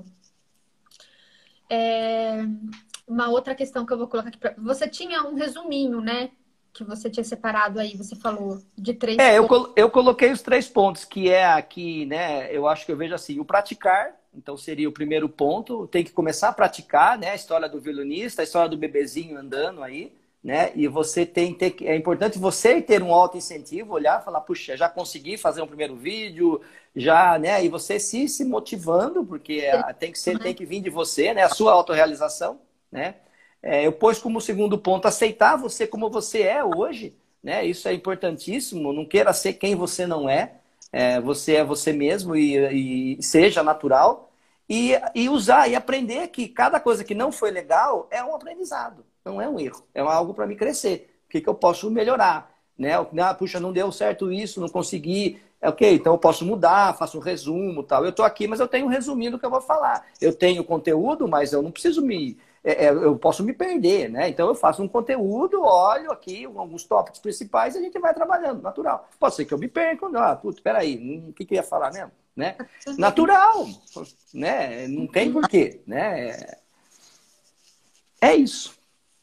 Speaker 1: É, uma outra questão que eu vou colocar aqui. Pra... Você tinha um resuminho, né? Que você tinha separado aí, você falou de três
Speaker 2: É, eu,
Speaker 1: pontos.
Speaker 2: col eu coloquei os três pontos, que é aqui, né? Eu acho que eu vejo assim, o praticar, então seria o primeiro ponto, tem que começar a praticar, né? A história do violinista, a história do bebezinho andando aí, né? E você tem que ter, é importante você ter um auto-incentivo, olhar, falar, puxa, já consegui fazer um primeiro vídeo, já, né? E você se, se motivando, porque tem que ser, tem que vir de você, né? A sua autorrealização, né? É, eu pus como segundo ponto aceitar você como você é hoje, né? Isso é importantíssimo. Não queira ser quem você não é. É, você é você mesmo e, e seja natural. E, e usar e aprender que cada coisa que não foi legal é um aprendizado, não é um erro. É algo para me crescer. O que, que eu posso melhorar? Né? Ah, puxa, não deu certo isso, não consegui. É ok, então eu posso mudar, faço um resumo tal. Eu estou aqui, mas eu tenho um resuminho do que eu vou falar. Eu tenho conteúdo, mas eu não preciso me... É, eu posso me perder, né? Então eu faço um conteúdo, olho aqui alguns tópicos principais e a gente vai trabalhando, natural. Pode ser que eu me perca, não, ah, putz, peraí, o que, que eu ia falar mesmo? Né? Natural, né? Não tem porquê, né? É isso.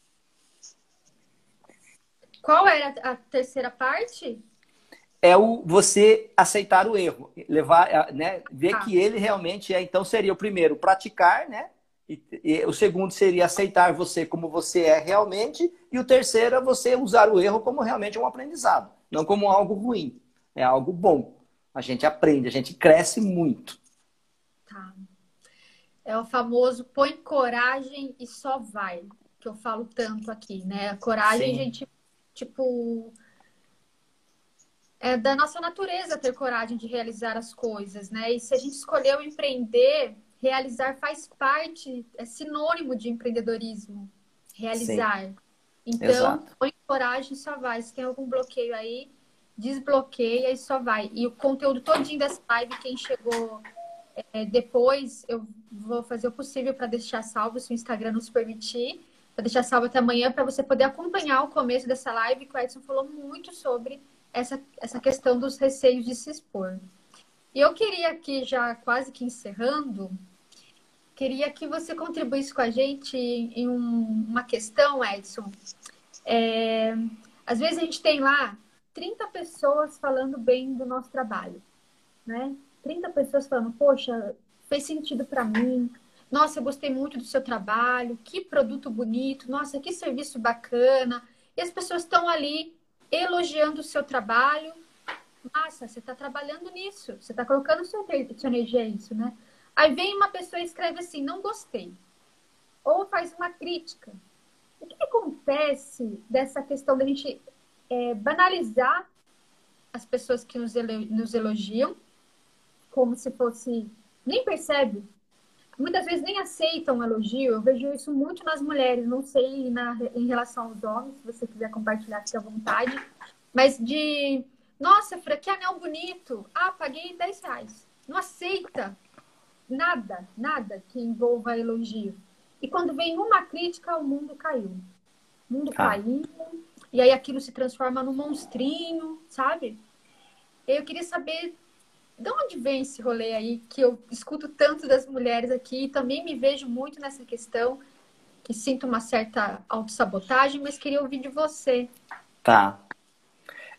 Speaker 1: Qual era a terceira parte?
Speaker 2: É o você aceitar o erro, levar, né? Ver
Speaker 1: Ah,
Speaker 2: que ele realmente é. Então seria o primeiro praticar, né? E, e, o segundo seria aceitar você como você é realmente. E o terceiro é você usar o erro como realmente um aprendizado, não como algo ruim. É algo bom. A gente aprende, a gente cresce muito.
Speaker 1: tá. É o famoso põe coragem e só vai, que eu falo tanto aqui, né? A coragem,
Speaker 2: Sim,
Speaker 1: gente, tipo, é da nossa natureza ter coragem de realizar as coisas, né? E se a gente escolheu empreender, realizar faz parte, é sinônimo de empreendedorismo,
Speaker 2: sim,
Speaker 1: realizar. Então,
Speaker 2: exato.
Speaker 1: põe coragem e só vai. Se tem algum bloqueio aí, desbloqueia e só vai. E o conteúdo todinho dessa live, quem chegou é, depois, eu vou fazer o possível para deixar salvo, se o Instagram nos permitir, para deixar salvo até amanhã, para você poder acompanhar o começo dessa live, que o Edson falou muito sobre essa, essa questão dos receios de se expor. E eu queria aqui, já quase que encerrando, queria que você contribuísse com a gente em um, uma questão, Edson. É, às vezes a gente tem lá trinta pessoas falando bem do nosso trabalho, né? trinta pessoas falando, poxa, fez sentido para mim. Nossa, eu gostei muito do seu trabalho. Que produto bonito. Nossa, que serviço bacana. E as pessoas estão ali elogiando o seu trabalho. Nossa, você está trabalhando nisso. Você está colocando sua, sua energia nisso, né? Aí vem uma pessoa e escreve assim, não gostei. Ou faz uma crítica. O que acontece dessa questão da gente é, banalizar as pessoas que nos, elo nos elogiam, como se fosse... Nem percebe. Muitas vezes nem aceitam um elogio. Eu vejo isso muito nas mulheres. Não sei na, em relação aos homens, se você quiser compartilhar, fique à vontade. Mas de... Nossa, Fran, que anel bonito. Ah, paguei dez reais. Não aceita nada, nada que envolva elogio. E quando vem uma crítica, o mundo caiu. O mundo
Speaker 2: Ah.
Speaker 1: caiu. E aí aquilo se transforma num monstrinho, sabe? Eu queria saber de onde vem esse rolê aí, que eu escuto tanto das mulheres aqui, e também me vejo muito nessa questão, que sinto uma certa autossabotagem, mas queria ouvir de você.
Speaker 2: Tá.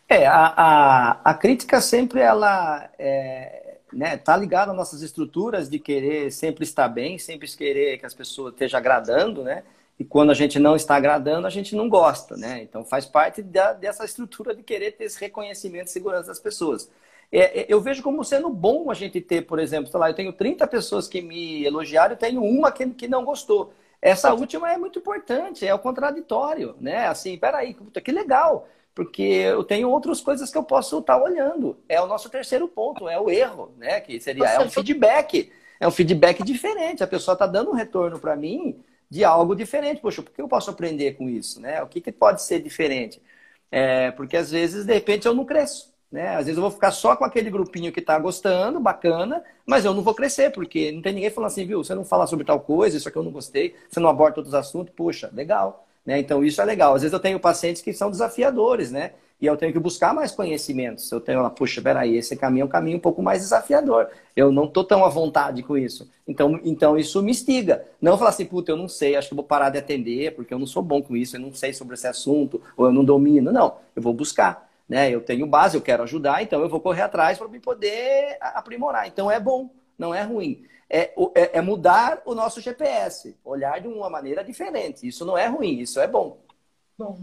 Speaker 2: É, a, a, a crítica sempre ela é, né, tá ligada às nossas estruturas de querer sempre estar bem, sempre querer que as pessoas estejam agradando, né? E quando a gente não está agradando, a gente não gosta, né? Então faz parte da, dessa estrutura de querer ter esse reconhecimento e segurança das pessoas. É, é, eu vejo como sendo bom a gente ter, por exemplo, sei lá, eu tenho trinta pessoas que me elogiaram, eu tenho uma que, que não gostou. Essa última é muito importante, é o contraditório, né? Assim, peraí, puta, que legal, porque eu tenho outras coisas que eu posso estar olhando. É o nosso terceiro ponto, é o erro, né? Que seria, é um feedback, é um feedback diferente. A pessoa está dando um retorno para mim de algo diferente. Poxa, por que eu posso aprender com isso, né? O que, que pode ser diferente? É, porque às vezes, de repente, eu não cresço. Né? Às vezes eu vou ficar só com aquele grupinho que está gostando, bacana, mas eu não vou crescer, porque não tem ninguém falando assim, viu, você não fala sobre tal coisa, isso aqui eu não gostei, você não aborda todos os assuntos, puxa, legal. Né? Então isso é legal. Às vezes eu tenho pacientes que são desafiadores, né? E eu tenho que buscar mais conhecimentos. Eu tenho lá, puxa, peraí, esse caminho é um caminho um pouco mais desafiador. Eu não estou tão à vontade com isso. Então, então isso me instiga. Não falar assim, puta, eu não sei, acho que eu vou parar de atender, porque eu não sou bom com isso, eu não sei sobre esse assunto, ou eu não domino. Não, eu vou buscar. Né? Eu tenho base, eu quero ajudar, então eu vou correr atrás para me poder aprimorar. Então é bom, não é ruim. É, é, é mudar o nosso G P S, olhar de uma maneira diferente. Isso não é ruim, isso é bom.
Speaker 1: Bom.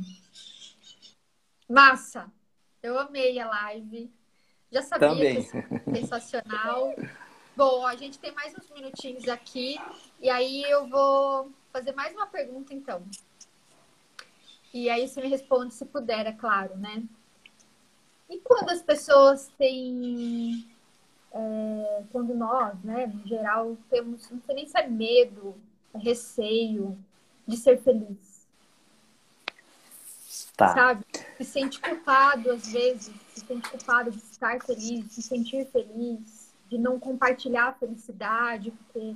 Speaker 1: Massa! Eu amei a live. Já sabia
Speaker 2: Também.
Speaker 1: que ia ser sensacional. Bom, a gente tem mais uns minutinhos aqui. E aí eu vou fazer mais uma pergunta, então. E aí você me responde se puder, é claro, né? E quando as pessoas têm... É, quando nós, né, no geral, temos, não sei nem se é medo, é receio de ser feliz.
Speaker 2: Tá.
Speaker 1: Sabe? Se sente culpado, às vezes, se sente culpado de estar feliz, de se sentir feliz, de não compartilhar a felicidade, porque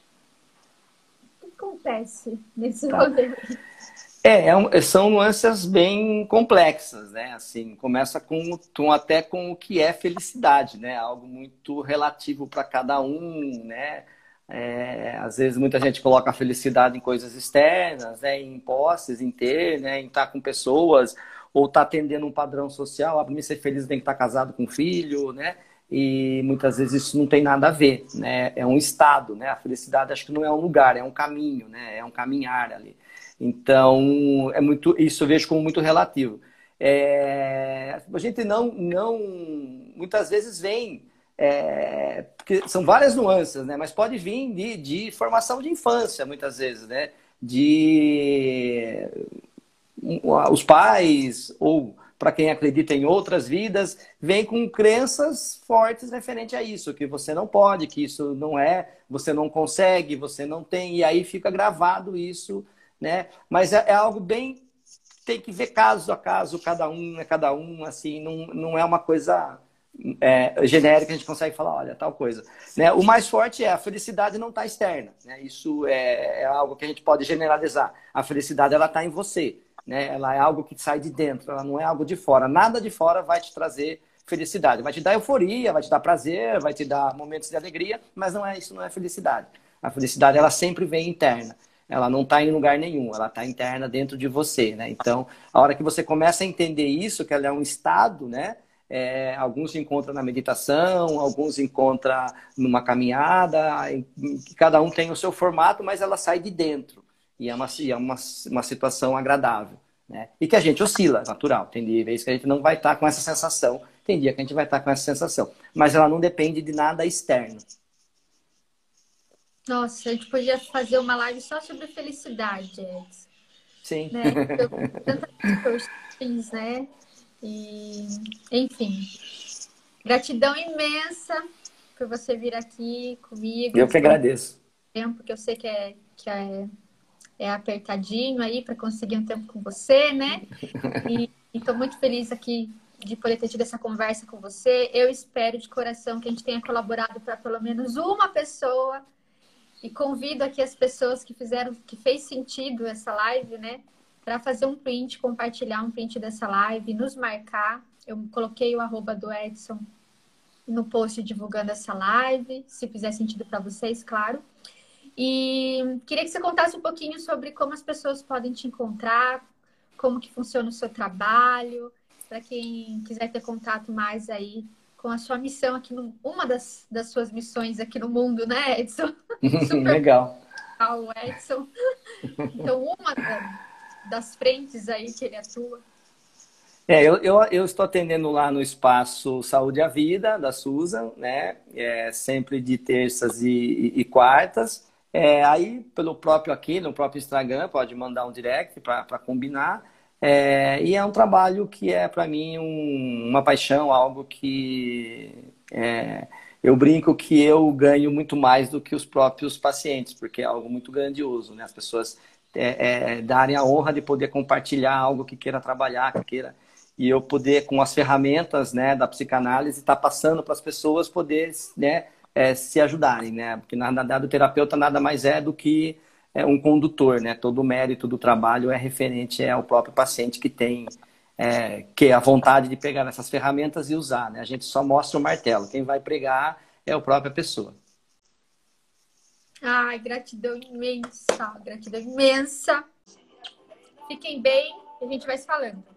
Speaker 1: o que acontece nesse
Speaker 2: Tá.
Speaker 1: rolê?
Speaker 2: É, é um, são nuances bem complexas, né? Assim, começa com, com até com o que é felicidade, né? Algo muito relativo para cada um, né? É, às vezes muita gente coloca a felicidade em coisas externas, né? Em posses, em ter, né? Em estar com pessoas, ou estar atendendo um padrão social. Ah, para mim ser feliz tem que estar casado com um filho, né? E muitas vezes isso não tem nada a ver, né? É um estado, né? A felicidade acho que não é um lugar, é um caminho, né? É um caminhar ali. Então, é muito, isso eu vejo como muito relativo. É, a gente não, não, muitas vezes vem, é, porque são várias nuances, né? Mas pode vir de, de formação de infância, muitas vezes, né? De os pais, ou para quem acredita em outras vidas, vem com crenças fortes referente a isso, que você não pode, que isso não é, você não consegue, você não tem, e aí fica gravado isso, né? Mas é, é algo bem, tem que ver caso a caso, cada um é cada um, assim, não, não é uma coisa é, genérica, a gente consegue falar, olha, tal coisa. Né? O mais forte é a felicidade não está externa, né? Isso é, é algo que a gente pode generalizar. A felicidade, ela está em você, né? Ela é algo que sai de dentro, ela não é algo de fora. Nada de fora vai te trazer felicidade. Vai te dar euforia, vai te dar prazer, vai te dar momentos de alegria, mas não é isso, não é felicidade. A felicidade, ela sempre vem interna. Ela não está em lugar nenhum, ela está interna dentro de você, né? Então, a hora que você começa a entender isso, que ela é um estado, né? É, alguns encontram na meditação, alguns encontram numa caminhada, em, em, cada um tem o seu formato, mas ela sai de dentro. E é uma, é uma, uma situação agradável. Né? E que a gente oscila, natural. Tem dias que a gente não vai estar com essa sensação, tem dia que a gente vai estar com essa sensação. Mas ela não depende de nada externo.
Speaker 1: Nossa, a gente podia fazer uma live só sobre felicidade, Edson.
Speaker 2: Sim.
Speaker 1: Né? Eu, tantas distorções, né? E, enfim, gratidão imensa por você vir aqui comigo.
Speaker 2: Eu que agradeço.
Speaker 1: Tempo que eu sei que é, que é, é apertadinho aí para conseguir um tempo com você, né? E estou muito feliz aqui de poder ter tido essa conversa com você. Eu espero de coração que a gente tenha colaborado para pelo menos uma pessoa. E convido aqui as pessoas que fizeram, que fez sentido essa live, né? Para fazer um print, compartilhar um print dessa live, nos marcar. Eu coloquei o arroba do Edson no post divulgando essa live, se fizer sentido para vocês, claro. E queria que você contasse um pouquinho sobre como as pessoas podem te encontrar, como que funciona o seu trabalho, para quem quiser ter contato mais aí com a sua missão aqui no, uma das, das suas missões aqui no mundo, né, Edson? Super
Speaker 2: Legal.
Speaker 1: legal, Edson. Então, uma das frentes aí que ele atua.
Speaker 2: É, eu, eu, eu estou atendendo lá no espaço Saúde à Vida, da Susan, né? É, sempre de terças e, e, e quartas. É, aí, pelo próprio aqui, no próprio Instagram, pode mandar um direct para combinar. É, e é um trabalho que é, para mim, um, uma paixão, algo que é, eu brinco que eu ganho muito mais do que os próprios pacientes, porque é algo muito grandioso, né? As pessoas é, é, darem a honra de poder compartilhar algo que queira trabalhar, que queira... E eu poder, com as ferramentas, né, da psicanálise, estar tá passando para as pessoas poder, né, é, se ajudarem, né? Porque, na verdade, o terapeuta nada mais é do que é, um condutor, né? Todo o mérito do trabalho é referente ao próprio paciente que tem é, que a vontade de pegar essas ferramentas e usar, né? A gente só mostra o martelo. Quem vai pregar é a própria pessoa.
Speaker 1: Ai, gratidão imensa, gratidão imensa. Fiquem bem, a gente vai se falando.